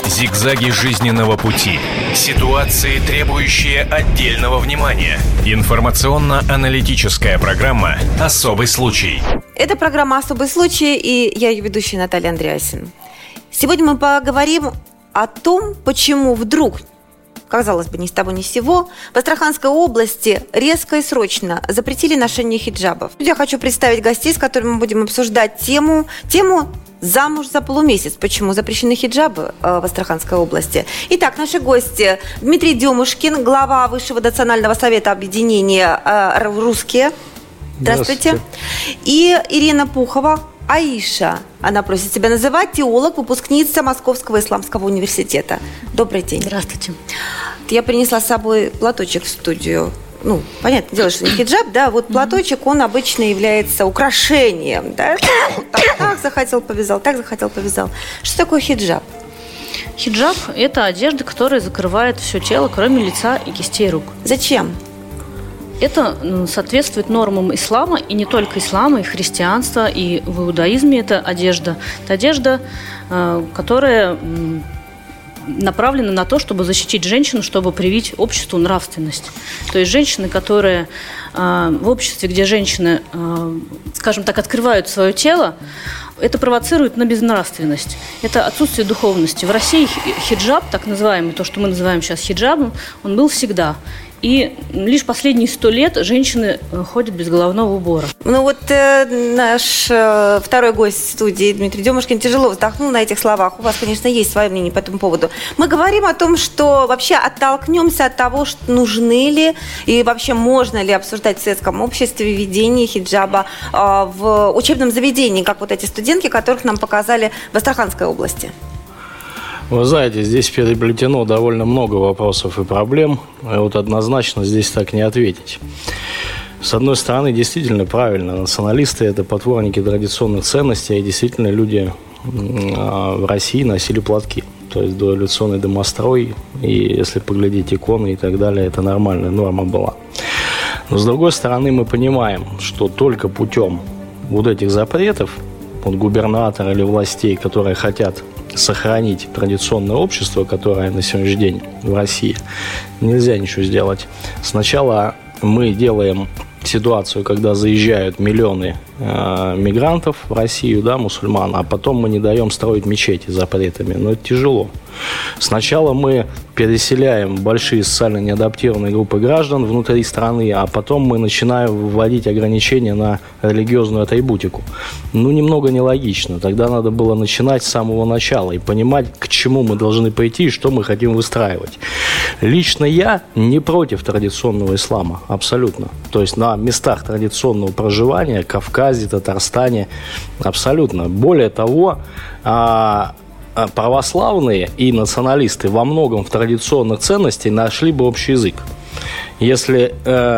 Зигзаги жизненного пути. Ситуации, требующие отдельного внимания. Информационно-аналитическая программа «Особый случай». Это программа «Особый случай», и я ее ведущая Наталья Андреасин. Сегодня мы поговорим о том, почему вдруг, казалось бы, ни с того ни с сего, в Астраханской области резко и срочно запретили ношение хиджабов. Я хочу представить гостей, с которыми мы будем обсуждать тему «Замуж за полумесяц. Почему запрещены хиджабы в Астраханской области?». Итак, наши гости: Дмитрий Демушкин, глава Высшего национального совета объединения «Русские». Здравствуйте. И Ирина Пухова, Аиша, она просит себя называть, теолог, выпускница Московского исламского университета. Добрый день. Здравствуйте. Я принесла с собой платочек в студию. Понятное дело, что не хиджаб, да, вот платочек, он обычно является украшением, да, так захотел, повязал, так захотел, повязал. Что такое хиджаб? Хиджаб – это одежда, которая закрывает все тело, кроме лица и кистей рук. Зачем? Это соответствует нормам ислама, и не только ислама, и христианства, и в иудаизме это одежда. Это одежда, которая направлена на то, чтобы защитить женщину, чтобы привить обществу нравственность. То есть женщины, которые в обществе, где женщины, скажем так, открывают свое тело, это провоцирует на безнравственность. Это отсутствие духовности. В России хиджаб, так называемый, то, что мы называем сейчас хиджабом, он был всегда. И лишь последние 100 лет женщины ходят без головного убора. Наш второй гость в студии, Дмитрий Демушкин, тяжело вздохнул на этих словах. У вас, конечно, есть свое мнение по этому поводу. Мы говорим о том, что вообще оттолкнемся от того, что нужны ли и вообще можно ли обсуждать в светском обществе введение хиджаба в учебном заведении, как вот эти студентки, которых нам показали в Астраханской области. Вы знаете, здесь переплетено довольно много вопросов и проблем, и однозначно здесь так не ответить. С одной стороны, действительно правильно, националисты – это потворники традиционных ценностей, и действительно люди в России носили платки. То есть дореволюционный домострой, и если поглядеть иконы и так далее, это нормальная норма была. Но с другой стороны, мы понимаем, что только путем этих запретов губернатора или властей, которые хотят сохранить традиционное общество, которое на сегодняшний день в России, нельзя ничего сделать. Сначала мы делаем ситуацию, когда заезжают миллионы мигрантов в Россию, да, мусульман, а потом мы не даем строить мечети запретами. Но это тяжело. Сначала мы переселяем большие социально неадаптированные группы граждан внутри страны, а потом мы начинаем вводить ограничения на религиозную атрибутику. Немного нелогично. Тогда надо было начинать с самого начала и понимать, к чему мы должны пойти и что мы хотим выстраивать. Лично я не против традиционного ислама, абсолютно. То есть на местах традиционного проживания, Кавказе, Татарстане, абсолютно. Более того, православные и националисты во многом в традиционных ценностях нашли бы общий язык. Если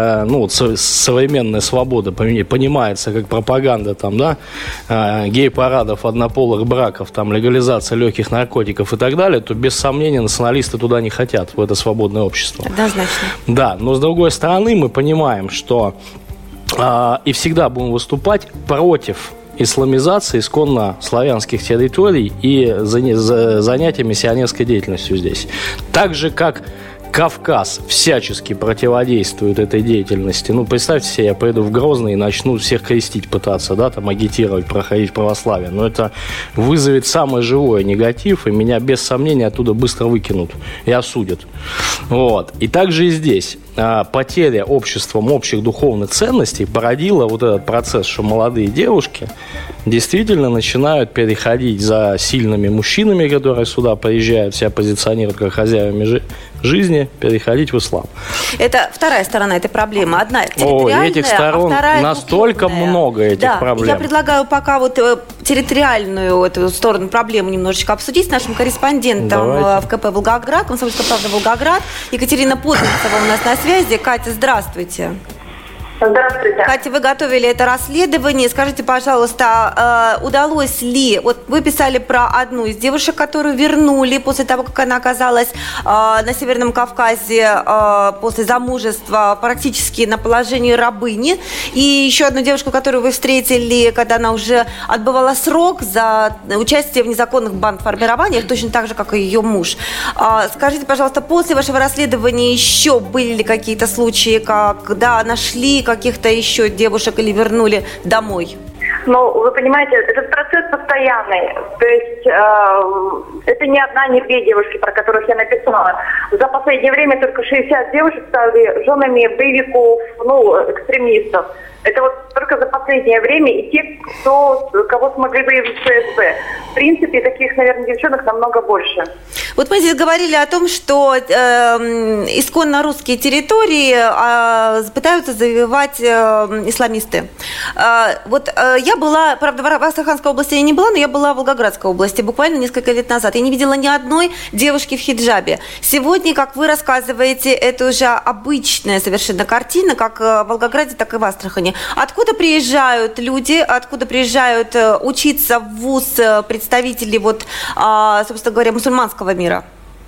современная свобода понимается как пропаганда гей-парадов, однополых браков, легализация легких наркотиков и так далее, то без сомнения националисты туда не хотят, в это свободное общество. Однозначно. Да, но с другой стороны мы понимаем, что и всегда будем выступать против исламизации исконно славянских территорий и занятия миссионерской деятельностью здесь. Так же, как Кавказ всячески противодействует этой деятельности. Представьте себе, я поеду в Грозный и начну всех крестить пытаться, агитировать, проходить православие. Но это вызовет самый живой негатив, и меня без сомнения оттуда быстро выкинут и осудят. И также и здесь. Потеря обществом общих духовных ценностей породила этот процесс, что молодые девушки действительно начинают переходить за сильными мужчинами, которые сюда приезжают, себя позиционируют как хозяевами жизни, переходить в ислам. Это вторая сторона этой проблемы. Одна территориальная, этих сторон настолько духовная. Много этих проблем. Я предлагаю пока территориальную эту сторону проблемы немножечко обсудить с нашим корреспондентом в КП «Волгоград», «Комсомольская правда» Волгоград. Екатерина Подминцева у нас на связи. Катя, здравствуйте. Здравствуйте. Катя, вы готовили это расследование. Скажите, пожалуйста, удалось ли... Вот вы писали про одну из девушек, которую вернули после того, как она оказалась на Северном Кавказе после замужества практически на положении рабыни. И еще одну девушку, которую вы встретили, когда она уже отбывала срок за участие в незаконных бандформированиях, точно так же, как и ее муж. Скажите, пожалуйста, после вашего расследования еще были ли какие-то случаи, когда нашли каких-то еще девушек или вернули домой? Ну, вы понимаете, этот процесс постоянный. То есть это не одна, не две девушки, про которых я написала. За последнее время только 60 девушек стали женами боевиков, экстремистов. Это вот только за последнее время и те, кого смогли выявить ФСБ. В принципе, таких, наверное, девчонок намного больше. Вот мы здесь говорили о том, что исконно русские территории пытаются завоевать исламисты. Я была, правда, в Астраханской области я не была, но я была в Волгоградской области буквально несколько лет назад. Я не видела ни одной девушки в хиджабе. Сегодня, как вы рассказываете, это уже обычная совершенно картина, как в Волгограде, так и в Астрахани. Откуда приезжают люди, откуда приезжают учиться в вуз представители, собственно говоря, мусульманского мира?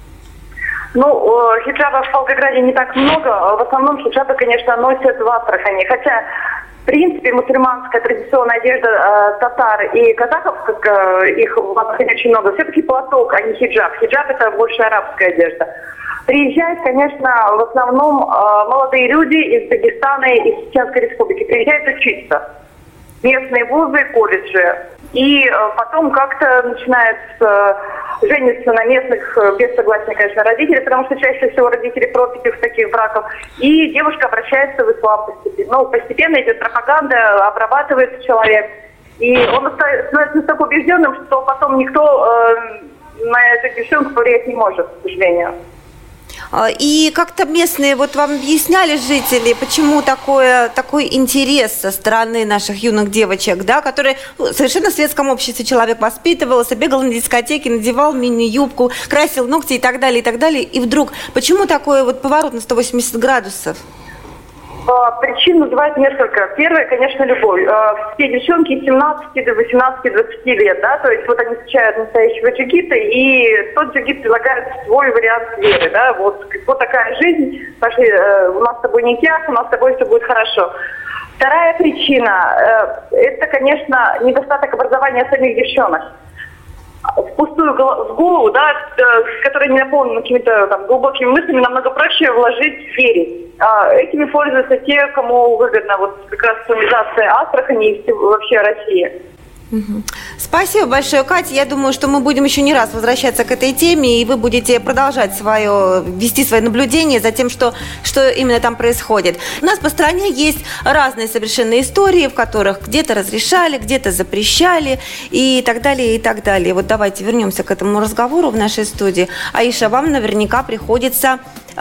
Хиджабов в Волгограде не так много. В основном хиджабы, конечно, носят в Астрахани. Хотя, в принципе, мусульманская традиционная одежда татар и казахов, как их в Астрахани очень много, все-таки платок, а не хиджаб. Хиджаб – это больше арабская одежда. Приезжают, конечно, в основном молодые люди из Дагестана и из Чеченской Республики. Приезжают учиться. Местные вузы, колледжи. И потом как-то начинают жениться на местных без согласия, конечно, родителей, потому что чаще всего родители против таких браков. И девушка обращается в ислам постепенно. Постепенно идет пропаганда, обрабатывается человек. И он становится настолько убежденным, что потом никто на эту девчонку повлиять не может, к сожалению. И как-то местные, вам объясняли жители, почему такой интерес со стороны наших юных девочек, да, которые совершенно в светском обществе человек воспитывался, бегал на дискотеке, надевал мини-юбку, красил ногти и так далее, и вдруг, почему такой поворот на 180 градусов? Причин называют несколько. Первое, конечно, любовь. Все девчонки 17 до 18-20 лет, да, то есть они встречают настоящего джигита, и тот джигит предлагает свой вариант веры, да, вот такая жизнь, пошли, у нас с тобой никях, у нас с тобой все будет хорошо. Вторая причина, это, конечно, недостаток образования самих девчонок. В пустую голову, да, которая не наполнена какими-то глубокими мыслями, намного проще вложить верить. Этими пользуются те, кому выгодна как раз исламизация Астрахани и вообще России. Спасибо большое, Катя. Я думаю, что мы будем еще не раз возвращаться к этой теме, и вы будете продолжать вести свои наблюдения за тем, что именно там происходит. У нас по стране есть разные совершенно истории, в которых где-то разрешали, где-то запрещали и так далее, и так далее. Давайте вернемся к этому разговору в нашей студии. Аиша, вам наверняка приходится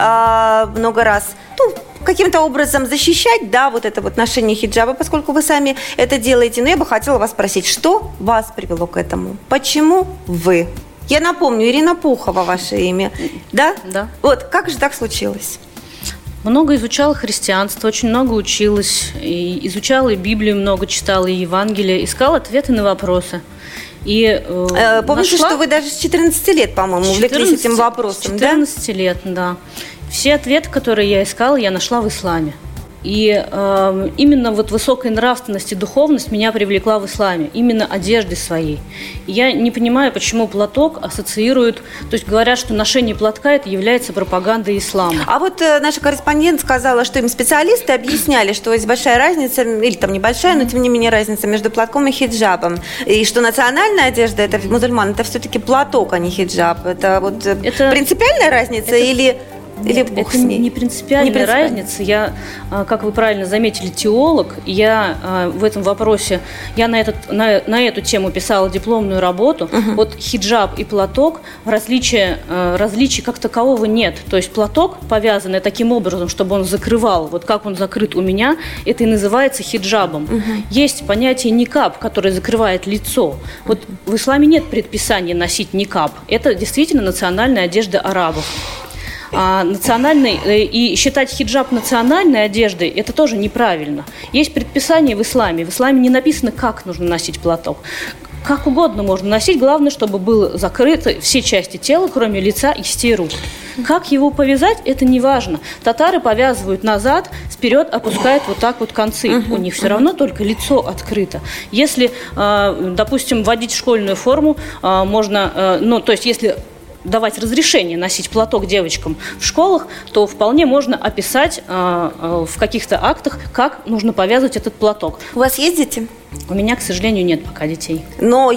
много раз каким-то образом защищать, да, это ношение хиджаба, поскольку вы сами это делаете. Но я бы хотела вас спросить, что вас привело к этому? Почему вы? Я напомню, Ирина Пухова ваше имя, да? Да. Как же так случилось? Много изучала христианство, очень много училась, и изучала и Библию много читала, и Евангелие, искала ответы на вопросы. И помните, что вы даже с 14 лет, по-моему, увлеклись этим вопросом, 14 лет, да. Все ответы, которые я искала, я нашла в исламе. И именно высокая нравственность и духовность меня привлекла в исламе, именно одеждой своей. И я не понимаю, почему платок ассоциируют, то есть говорят, что ношение платка это является пропагандой ислама. А наша корреспондент сказала, что им специалисты объясняли, что есть большая разница, или небольшая, но тем не менее разница между платком и хиджабом. И что национальная одежда мусульман, это все-таки платок, а не хиджаб. Это принципиальная разница или... Нет, это не принципиальная разница. Я, как вы правильно заметили, теолог. Я в этом вопросе, я на эту тему писала дипломную работу. Хиджаб и платок, различий как такового нет. То есть платок, повязанный таким образом, чтобы он закрывал, как он закрыт у меня, это и называется хиджабом. Есть понятие никаб, которое закрывает лицо. В исламе нет предписания носить никаб. Это действительно национальная одежда арабов. И считать хиджаб национальной одеждой, это тоже неправильно. Есть предписание в исламе. В исламе не написано, как нужно носить платок. Как угодно можно носить, главное, чтобы было закрыты все части тела, кроме лица и кистей рук. Как его повязать, это не важно. Татары повязывают назад, вперед опускают вот так вот концы. У них все равно только лицо открыто. Если, допустим, вводить школьную форму, можно, то есть если давать разрешение носить платок девочкам в школах, то вполне можно описать в каких-то актах, как нужно повязывать этот платок. У вас есть дети? У меня, к сожалению, нет пока детей. Но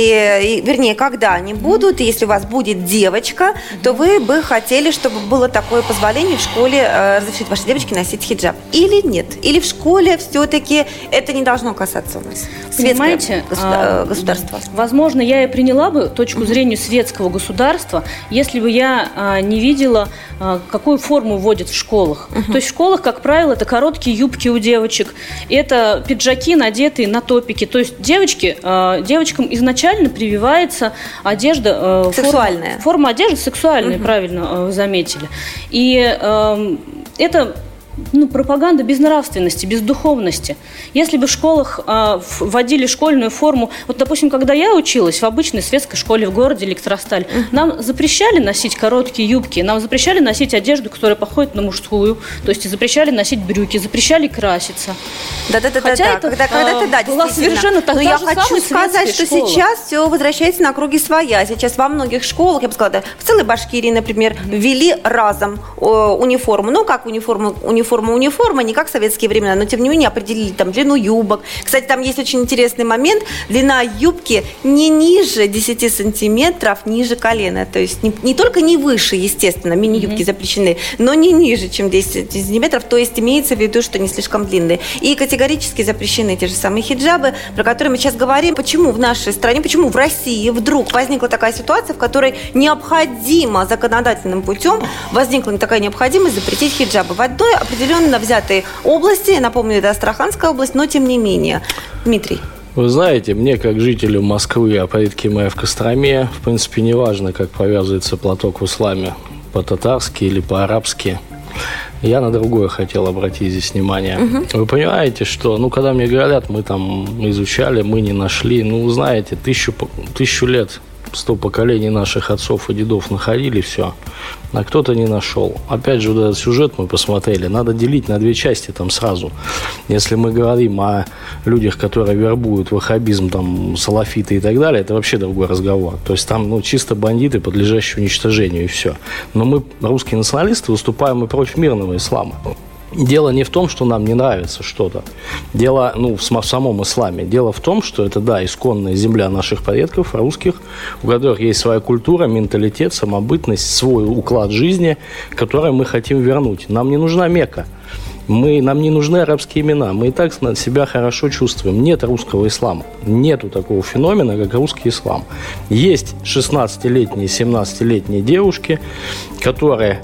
когда они будут, и если у вас будет девочка, то вы бы хотели, чтобы было такое позволение в школе разрешить вашей девочке носить хиджаб. Или нет? Или в школе все-таки это не должно касаться у нас? Понимаете, государство. Возможно, я и приняла бы точку зрения светского государства, если бы я не видела, какую форму вводят в школах. То есть в школах, как правило, это короткие юбки у девочек, это пиджаки, надетые на топики. То есть девочкам изначально прививается одежда... Сексуальная. Форма одежды сексуальная, правильно вы заметили. И это... пропаганда безнравственности, бездуховности. Если бы в школах вводили школьную форму, вот, допустим, когда я училась в обычной светской школе в городе Электросталь, нам запрещали носить короткие юбки, нам запрещали носить одежду, которая походит на мужскую, то есть запрещали носить брюки, запрещали краситься. Хотя это была совершенно Но я хочу сказать, что сейчас все возвращается на круги своя. Сейчас во многих школах, я бы сказала, в целой Башкирии, например, ввели разом униформу. Ну, как униформа, не как в советские времена, но тем не менее определили там длину юбок. Кстати, там есть очень интересный момент. Длина юбки не ниже 10 сантиметров, ниже колена. То есть не только не выше, естественно, мини-юбки запрещены, но не ниже, чем 10 сантиметров. То есть имеется в виду, что не слишком длинные. И категорически запрещены те же самые хиджабы, про которые мы сейчас говорим. Почему в нашей стране, почему в России вдруг возникла такая ситуация, в которой необходимо законодательным путем возникла такая необходимость запретить хиджабы в одной определенно взятой области, напомню, это Астраханская область, но тем не менее. Дмитрий. Вы знаете, мне, как жителю Москвы, а предки мои в Костроме, в принципе, не важно, как повязывается платок в исламе, по-татарски или по-арабски. Я на другое хотел обратить здесь внимание. Вы понимаете, что, когда мне говорят, мы там изучали, мы не нашли, знаете, тысячу лет, 100 поколений наших отцов и дедов находили все, а кто-то не нашел. Опять же, вот этот сюжет мы посмотрели, надо делить на две части там сразу. Если мы говорим о людях, которые вербуют ваххабизм, там, салафиты и так далее, это вообще другой разговор. То есть там, чисто бандиты, подлежащие уничтожению, и все. Но мы, русские националисты, выступаем и против мирного ислама. Дело не в том, что нам не нравится что-то. Дело, в самом исламе. Дело в том, что это, исконная земля наших предков, русских, у которых есть своя культура, менталитет, самобытность, свой уклад жизни, который мы хотим вернуть. Нам не нужна Мекка. Нам не нужны арабские имена. Мы и так себя хорошо чувствуем. Нет русского ислама. Нету такого феномена, как русский ислам. Есть 16-летние, 17-летние девушки, которые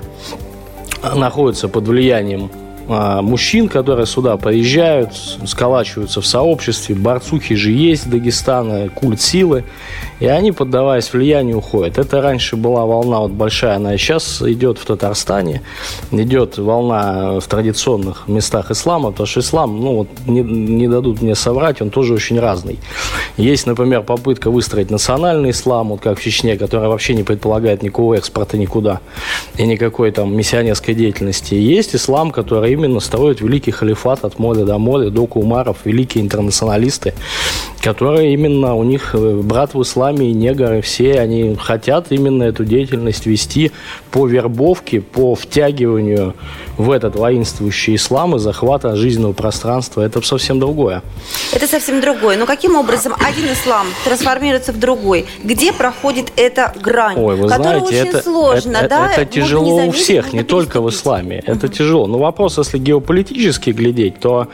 находятся под влиянием мужчин, которые сюда приезжают, сколачиваются в сообществе, борцухи же есть Дагестана, культ силы, и они, поддаваясь влиянию, уходят. Это раньше была волна большая, она и сейчас идет в Татарстане, идет волна в традиционных местах ислама, потому что ислам, не дадут мне соврать, он тоже очень разный. Есть, например, попытка выстроить национальный ислам, как в Чечне, который вообще не предполагает никакого экспорта никуда и никакой там миссионерской деятельности. И есть ислам, который именно строит великий халифат от моря до моря, до кумаров, великие интернационалисты, которые именно, у них брат в исламе и негры, все они хотят именно эту деятельность вести по вербовке, по втягиванию в этот воинствующий ислам и захвата жизненного пространства. Это совсем другое. Это совсем другое. Но каким образом один ислам трансформируется в другой? Где проходит эта грань? Вы которая знаете, очень сложно, это тяжело у всех, не только в исламе. Это тяжело. Но вопрос, если геополитически глядеть, то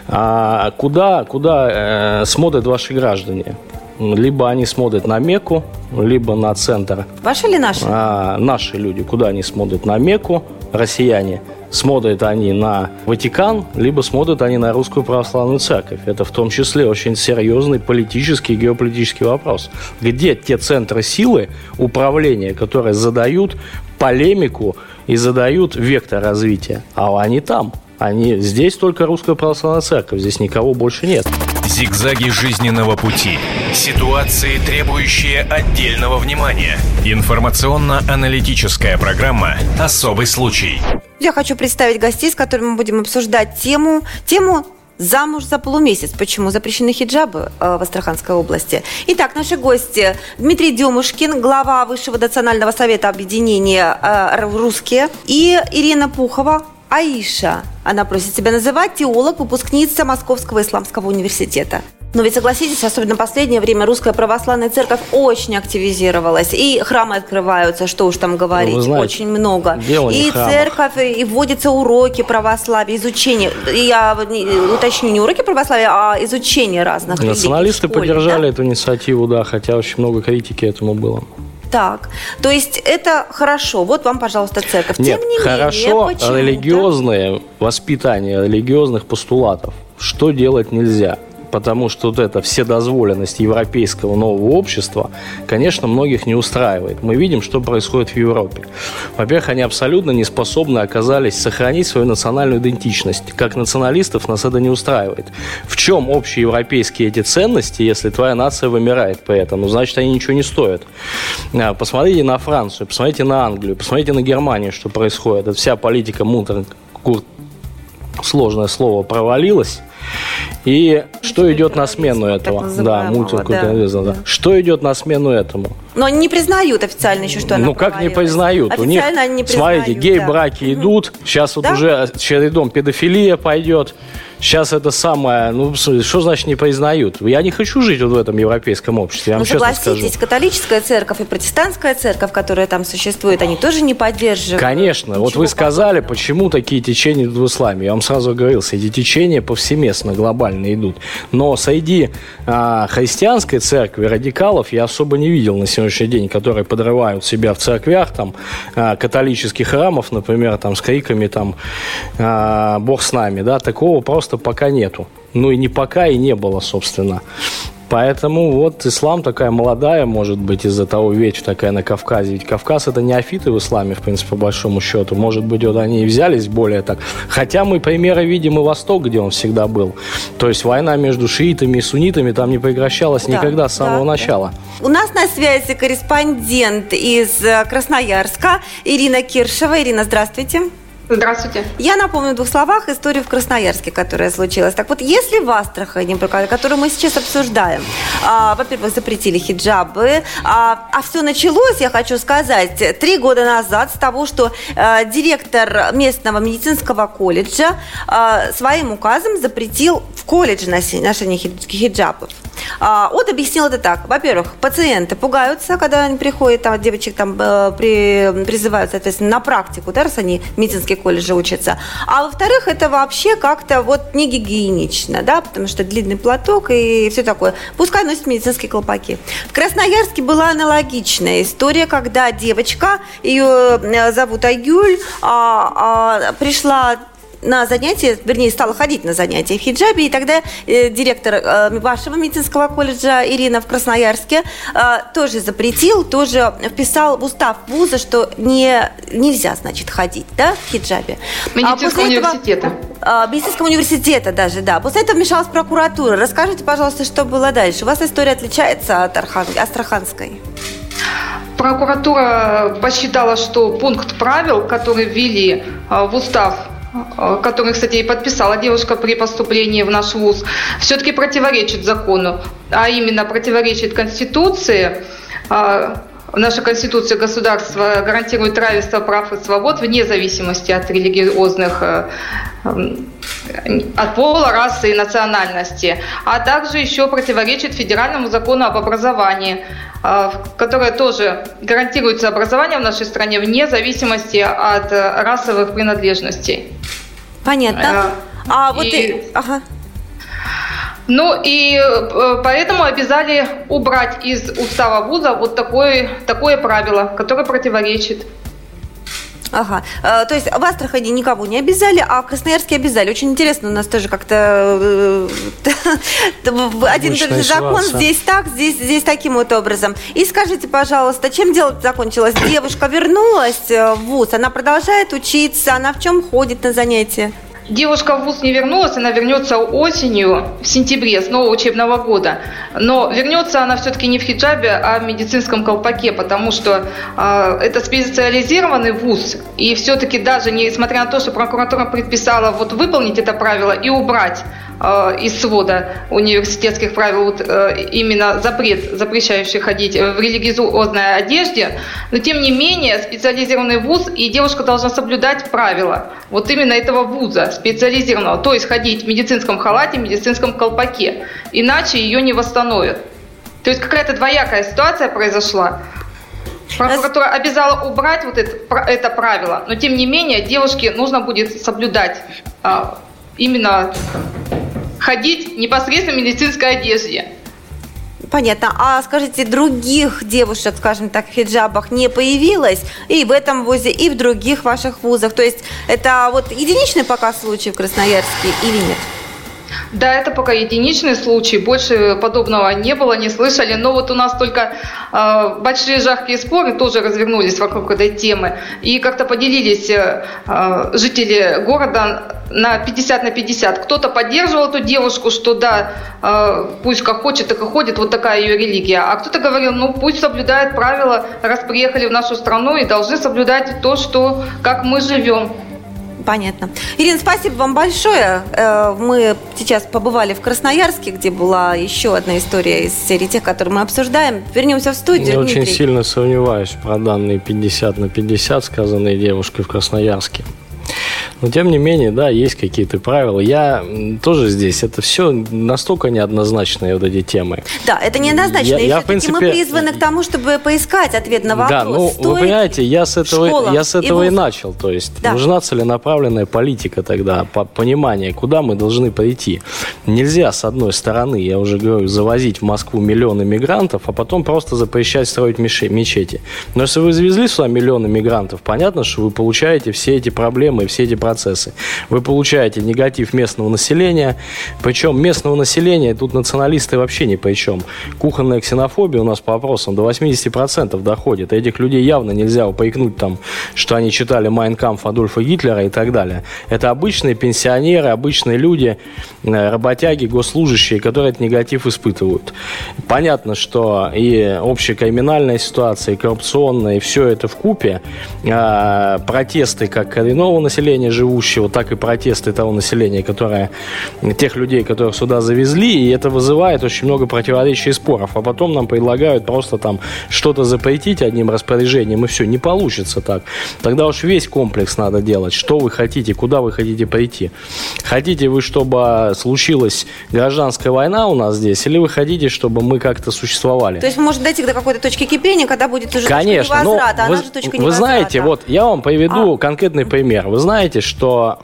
куда смотрят ваши граждане? Либо они смотрят на Мекку, либо на центр. Ваши или наши? Наши люди. Куда они смотрят? На Мекку, россияне. Смотрят они на Ватикан, либо смотрят они на Русскую Православную Церковь. Это в том числе очень серьезный политический и геополитический вопрос. Где те центры силы управления, которые задают полемику и задают вектор развития? А они там. Здесь только Русская Православная Церковь, здесь никого больше нет. Зигзаги жизненного пути. Ситуации, требующие отдельного внимания. Информационно-аналитическая программа «Особый случай». Я хочу представить гостей, с которыми мы будем обсуждать тему «Замуж за полумесяц. Почему запрещены хиджабы в Астраханской области?». Итак, наши гости: Дмитрий Демушкин, глава Высшего национального совета объединения «Русские», и Ирина Пухова, Аиша. Она просит себя называть, теолог, выпускница Московского исламского университета. Но ведь согласитесь, особенно в последнее время Русская Православная Церковь очень активизировалась. И храмы открываются, что уж там говорить, знаете, очень много. И церковь, и вводятся уроки православия, изучение. Я уточню, не уроки православия, а изучение разных религий. Националисты поддержали эту инициативу, да, хотя очень много критики этому было. Так, то есть это хорошо. Вот вам, пожалуйста, церковь. Нет, тем не хорошо менее, религиозное воспитание религиозных постулатов. Что делать нельзя? Потому что вот эта вседозволенность европейского нового общества, конечно, многих не устраивает. Мы видим, что происходит в Европе. Во-первых, они абсолютно не способны оказались сохранить свою национальную идентичность. Как националистов нас это не устраивает. В чем общеевропейские эти ценности, если твоя нация вымирает поэтому? Значит, они ничего не стоят. Посмотрите на Францию, посмотрите на Англию, посмотрите на Германию, что происходит. Эта вся политика сложное слово, провалилась. И что идет на смену этого? Да, мультикультурализм. Да. Что идет на смену этому? Но они не признают официально еще, что она провалилась. Ну, как не признают? У них, они не признают. Смотрите, гей-браки идут. Сейчас вот уже чередом педофилия пойдет. Сейчас это самое, что значит не признают? Я не хочу жить вот в этом европейском обществе, я вам честно скажу. Согласитесь, католическая церковь и протестантская церковь, которая там существует, они тоже не поддерживают. Конечно. Вот вы сказали, почему такие течения идут в исламе. Я вам сразу говорил, эти течения повсеместно, глобально идут. Но среди христианской церкви радикалов я особо не видел на сегодняшний день, которые подрывают себя в церквях, там, католических храмов, например, там, с криками, там, «Бог с нами», да, такого просто пока нету. Ну и не пока, и не было, собственно. Поэтому вот ислам такая молодая, может быть, из-за того ветвь такая на Кавказе. Ведь Кавказ — это неофиты в исламе, в принципе, по большому счету. Может быть, вот они и взялись более так. Хотя мы примеры видим и Восток, где он всегда был. То есть война между шиитами и суннитами там не прекращалась никогда с самого начала. У нас на связи корреспондент из Красноярска Ирина Киршева. Ирина, здравствуйте. Здравствуйте. Я напомню в 2 словах историю в Красноярске, которая случилась. Так вот, если в Астрахани, которую мы сейчас обсуждаем, во-первых, запретили хиджабы, а все началось, я хочу сказать, 3 года назад с того, что директор местного медицинского колледжа своим указом запретил в колледже ношение хиджабов. Он объяснил это так. Во-первых, пациенты пугаются, когда они приходят, там, девочек там призывают, соответственно, на практику, да, раз они в медицинские колледжи учатся. А во-вторых, это вообще как-то вот не гигиенично, да, потому что длинный платок и все такое. Пускай носят медицинские колпаки. В Красноярске была аналогичная история, когда девочка, ее зовут Айгюль, пришла на занятия, вернее, стала ходить на занятия в хиджабе, и тогда директор вашего медицинского колледжа Ирина в Красноярске тоже запретил, тоже вписал в устав вуза, что нельзя, значит, ходить, да, в хиджабе. Медицинского университета. Медицинского университета даже, да. После этого вмешалась прокуратура. Расскажите, пожалуйста, что было дальше. У вас история отличается от астраханской? Прокуратура посчитала, что пункт правил, который ввели в устав, который, кстати, и подписала девушка при поступлении в наш вуз, все-таки противоречит закону, а именно противоречит Конституции. Наша Конституция государства гарантирует равенство прав и свобод вне зависимости от религиозных, от пола, расы и национальности, а также еще противоречит федеральному закону об образовании, которое тоже гарантируется образование в нашей стране вне зависимости от расовых принадлежностей. Понятно. Ну и поэтому обязали убрать из устава вуза вот такое правило, которое противоречит. Ага. То есть в Астрахани никого не обязали, а в Красноярске обязали. Очень интересно, у нас тоже как-то один и тот же закон. Здесь так, здесь таким вот образом. И скажите, пожалуйста, чем дело закончилось? Девушка вернулась в вуз, она продолжает учиться, она в чем ходит на занятия? Девушка в вуз не вернулась, она вернется осенью, в сентябре, с нового учебного года. Но вернется она все-таки не в хиджабе, а в медицинском колпаке, потому что это специализированный вуз. И все-таки даже несмотря на то, что прокуратура предписала вот выполнить это правило и убрать из свода университетских правил именно запрещающий ходить в религиозной одежде, но тем не менее специализированный вуз, и девушка должна соблюдать правила вот именно этого вуза специализированного, то есть ходить в медицинском халате, в медицинском колпаке, иначе ее не восстановят. То есть какая-то двоякая ситуация произошла. Прокуратура обязала убрать вот это правило, но тем не менее девушке нужно будет соблюдать именно ходить непосредственно в медицинской одежде. Понятно. А скажите, других девушек, скажем так, в хиджабах не появилось и в этом вузе, и в других ваших вузах? То есть это вот единичный пока случай в Красноярске или нет? Да, это пока единичный случай, больше подобного не было, не слышали, но вот у нас только большие жаркие споры тоже развернулись вокруг этой темы, и как-то поделились жители города на 50 на 50. Кто-то поддерживал эту девушку, что да, пусть как хочет, так и ходит, вот такая ее религия, а кто-то говорил, ну пусть соблюдает правила, раз приехали в нашу страну и должны соблюдать то, что, как мы живем. Понятно. Ирина, спасибо вам большое. Мы сейчас побывали в Красноярске, где была еще одна история из серии тех, которые мы обсуждаем. Вернемся в студию. Я Дмитрий. очень сильно сомневаюсь про данные 50 на 50, сказанные девушкой в Красноярске. Но, тем не менее, да, есть какие-то правила. Я тоже здесь. Это все настолько неоднозначные вот эти темы. Да, это неоднозначно. И в принципе, мы призваны к тому, чтобы поискать ответ на вопрос. Да, ну, вы понимаете, я с этого и начал. То есть нужна целенаправленная политика тогда, понимание, куда мы должны пойти. Нельзя, с одной стороны, я уже говорю, завозить в Москву миллионы мигрантов, а потом просто запрещать строить мечети. Но если вы завезли сюда миллионы мигрантов, понятно, что вы получаете все эти проблемы и все эти процессы. Вы получаете негатив местного населения, причем местного населения, тут националисты вообще ни при чем. Кухонная ксенофобия у нас по опросам до 80% доходит. Этих людей явно нельзя упрекнуть там, что они читали «Майн кампф» Адольфа Гитлера и так далее. Это обычные пенсионеры, обычные люди, работяги, госслужащие, которые этот негатив испытывают. Понятно, что и общая криминальная ситуация, и коррупционная, и все это вкупе, протесты как коренного населения живущего, так и протесты того населения, тех людей, которых сюда завезли, и это вызывает очень много противоречий и споров. А потом нам предлагают просто там что-то запретить одним распоряжением, и все, не получится так. Тогда уж весь комплекс надо делать. Что вы хотите, куда вы хотите прийти? Хотите вы, чтобы случилась гражданская война у нас здесь, или вы хотите, чтобы мы как-то существовали? То есть вы можете дойти до какой-то точки кипения, когда будет уже конечно, точка невозврата, она же точка невозврата. Вы знаете, вот я вам приведу конкретный пример. Вы знаете, что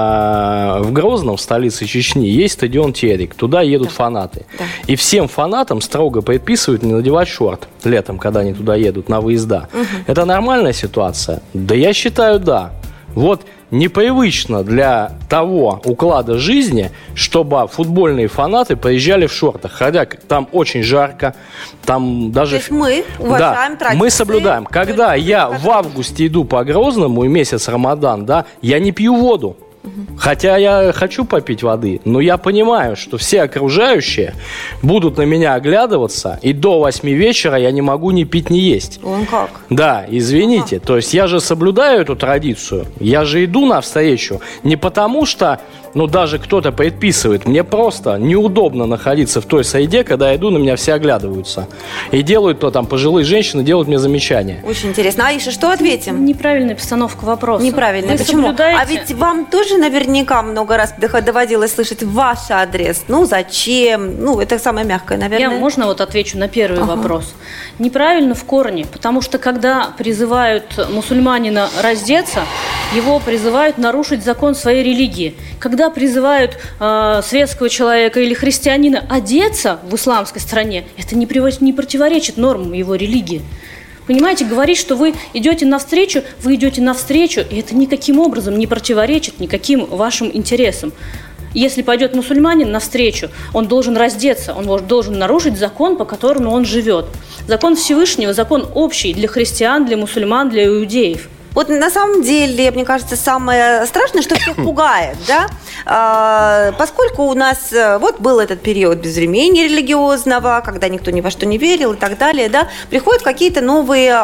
в Грозном, в столице Чечни, есть стадион Терек. Туда едут фанаты. Да. И всем фанатам строго предписывают не надевать шорт летом, когда они туда едут на выезда. Угу. Это нормальная ситуация? Да я считаю, да. Вот непривычно для того уклада жизни, чтобы футбольные фанаты поезжали в шортах. Хотя там очень жарко, там даже... То есть мы уважаем традиции. Мы соблюдаем. Когда я в августе иду по Грозному, и месяц Рамадан, да, я не пью воду. Хотя я хочу попить воды, но я понимаю, что все окружающие будут на меня оглядываться, и до 8 вечера я не могу ни пить, ни есть. Он как? Да, извините. То есть я же соблюдаю эту традицию. Я же иду навстречу не потому, что даже кто-то предписывает. Мне просто неудобно находиться в той среде, когда я иду, на меня все оглядываются. И делают пожилые женщины делают мне замечания. Очень интересно. Аиша, что ответим? Неправильная постановка вопроса. Неправильная. Почему? А ведь вам тоже наверняка много раз доводилось слышать ваш адрес. Зачем? Это самое мягкое, наверное. Можно отвечу на первый вопрос? Неправильно в корне, потому что когда призывают мусульманина раздеться, его призывают нарушить закон своей религии. Когда призывают светского человека или христианина одеться в исламской стране, это не противоречит нормам его религии. Понимаете, говорить, что вы идете навстречу, и это никаким образом не противоречит никаким вашим интересам. Если пойдет мусульманин навстречу, он должен раздеться, он должен нарушить закон, по которому он живет. Закон Всевышнего, закон общий для христиан, для мусульман, для иудеев. Вот на самом деле, мне кажется, самое страшное, что всех пугает, да, поскольку у нас вот был этот период безвремени религиозного, когда никто ни во что не верил и так далее, да, приходят какие-то новые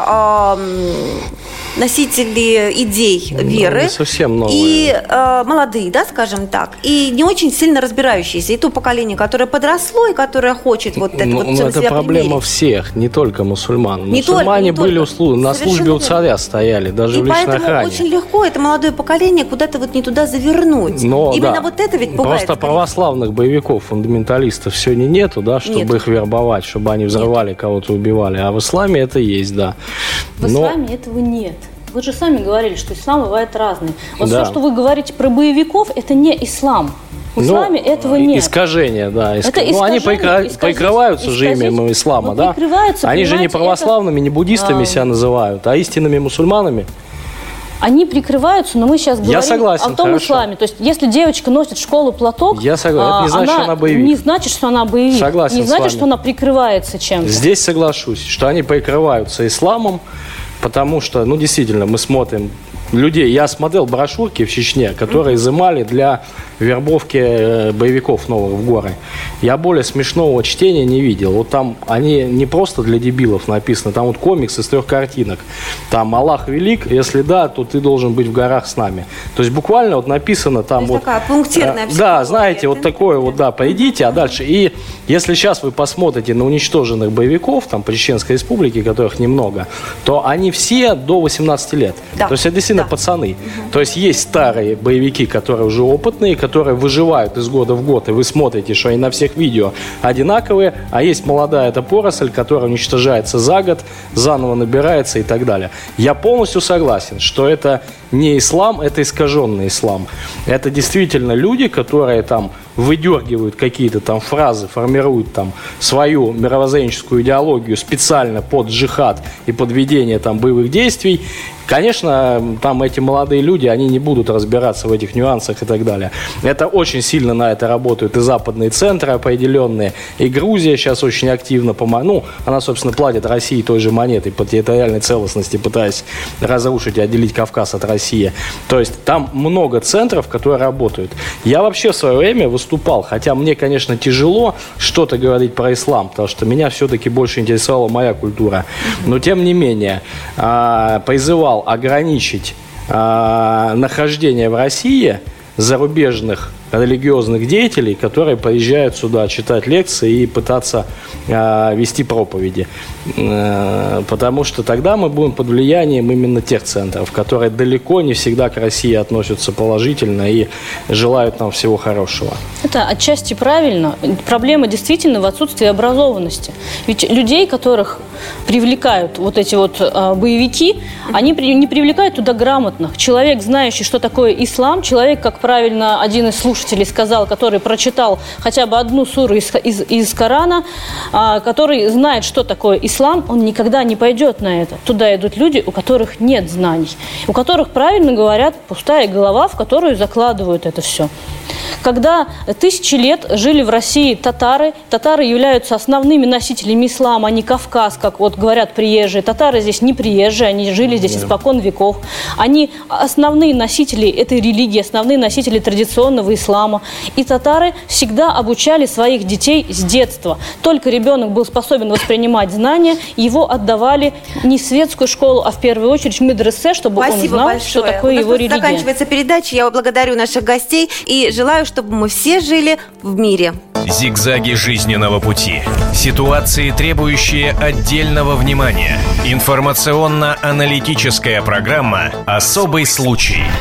носители идей веры, совсем новые. И молодые, да, скажем так, и не очень сильно разбирающиеся, и то поколение, которое подросло и которое хочет вот это вот все на себя проблема примерить. Всех, не только мусульман. Не Мусульмане только, были на совершенно службе у верно. царя стояли, даже и в личной поэтому охране. очень легко это молодое поколение куда-то вот не туда завернуть. Но, именно да, вот это ведь пугает. просто православных боевиков, фундаменталистов сегодня нету, да, чтобы Нет. их вербовать, чтобы они взрывали, кого-то убивали. А в исламе это есть, да. В исламе этого нет. Вы же сами говорили, что ислам бывает разный. Вот Да. все, что вы говорите про боевиков, это не ислам. В исламе этого нет. Искажения, да. Это они искажение, прикрываются же именем ислама, вот да? прикрываются, Они же не понимаете, православными, не буддистами себя называют, а истинными мусульманами. Они прикрываются, но мы сейчас говорим согласен, о том хорошо. исламе. То есть, если девочка носит в школу платок, Я согласен. Это не значит, что она боевик. Не значит, что она боевик. Согласен не с значит, вами. что она прикрывается чем-то. Здесь соглашусь, что они прикрываются исламом, потому что, ну, действительно, мы смотрим людей. Я смотрел брошюрки в Чечне, которые изымали для вербовки боевиков новых в горы. Я более смешного чтения не видел. Вот там они не просто для дебилов написаны, там вот комикс из 3 картинок. Там «Аллах велик, если да, то ты должен быть в горах с нами». То есть буквально вот написано там То есть вот... такая пунктирная Да, знаете, вот такое вот, да, пойдите, а дальше. И если сейчас вы посмотрите на уничтоженных боевиков, там, по Чеченской Республике, которых немного, то они все до 18 лет. Да. То есть это действительно пацаны. То есть есть старые боевики, которые уже опытные, которые выживают из года в год, и вы смотрите, что они на всех видео одинаковые, а есть молодая эта поросль, которая уничтожается за год, заново набирается и так далее. Я полностью согласен, что это не ислам, это искаженный ислам. Это действительно люди, которые там выдергивают какие-то там фразы, формируют там свою мировоззренческую идеологию специально под джихад и под ведение там боевых действий. Конечно, там эти молодые люди, они не будут разбираться в этих нюансах и так далее. Это очень сильно на это работают и западные центры определенные, и Грузия сейчас очень активно помогает. Ну, она, собственно, платит России той же монетой по территориальной целостности, пытаясь разрушить и отделить Кавказ от России. То есть там много центров, которые работают. Я вообще в свое время выступал, хотя мне, конечно, тяжело что-то говорить про ислам, потому что меня все-таки больше интересовала моя культура. Но, тем не менее, призывал ограничить нахождение в России зарубежных религиозных деятелей, которые приезжают сюда читать лекции и пытаться вести проповеди. Потому что тогда мы будем под влиянием именно тех центров, которые далеко не всегда к России относятся положительно и желают нам всего хорошего. Это отчасти правильно. Проблема действительно в отсутствии образованности. Ведь людей, которых привлекают вот эти вот боевики, они не привлекают туда грамотных. Человек, знающий, что такое ислам, человек, как правильно один из слушателей сказал, который прочитал хотя бы одну суру из Корана, который знает, что такое ислам, он никогда не пойдет на это. Туда идут люди, у которых нет знаний, у которых, правильно говорят, пустая голова, в которую закладывают это все. Когда тысячи лет жили в России татары являются основными носителями ислама, а не Кавказ, как вот говорят приезжие. Татары здесь не приезжие, они жили здесь испокон веков. Они основные носители этой религии, основные носители традиционного ислама. И татары всегда обучали своих детей с детства. Только ребенок был способен воспринимать знания, его отдавали не в светскую школу, а в первую очередь в медресе, чтобы он знал, что такое его религия. Заканчивается передача. Я благодарю наших гостей и желаю, чтобы мы все жили в мире. Зигзаги жизненного пути. Ситуации, требующие отдельного внимания. Информационно-аналитическая программа «Особый случай».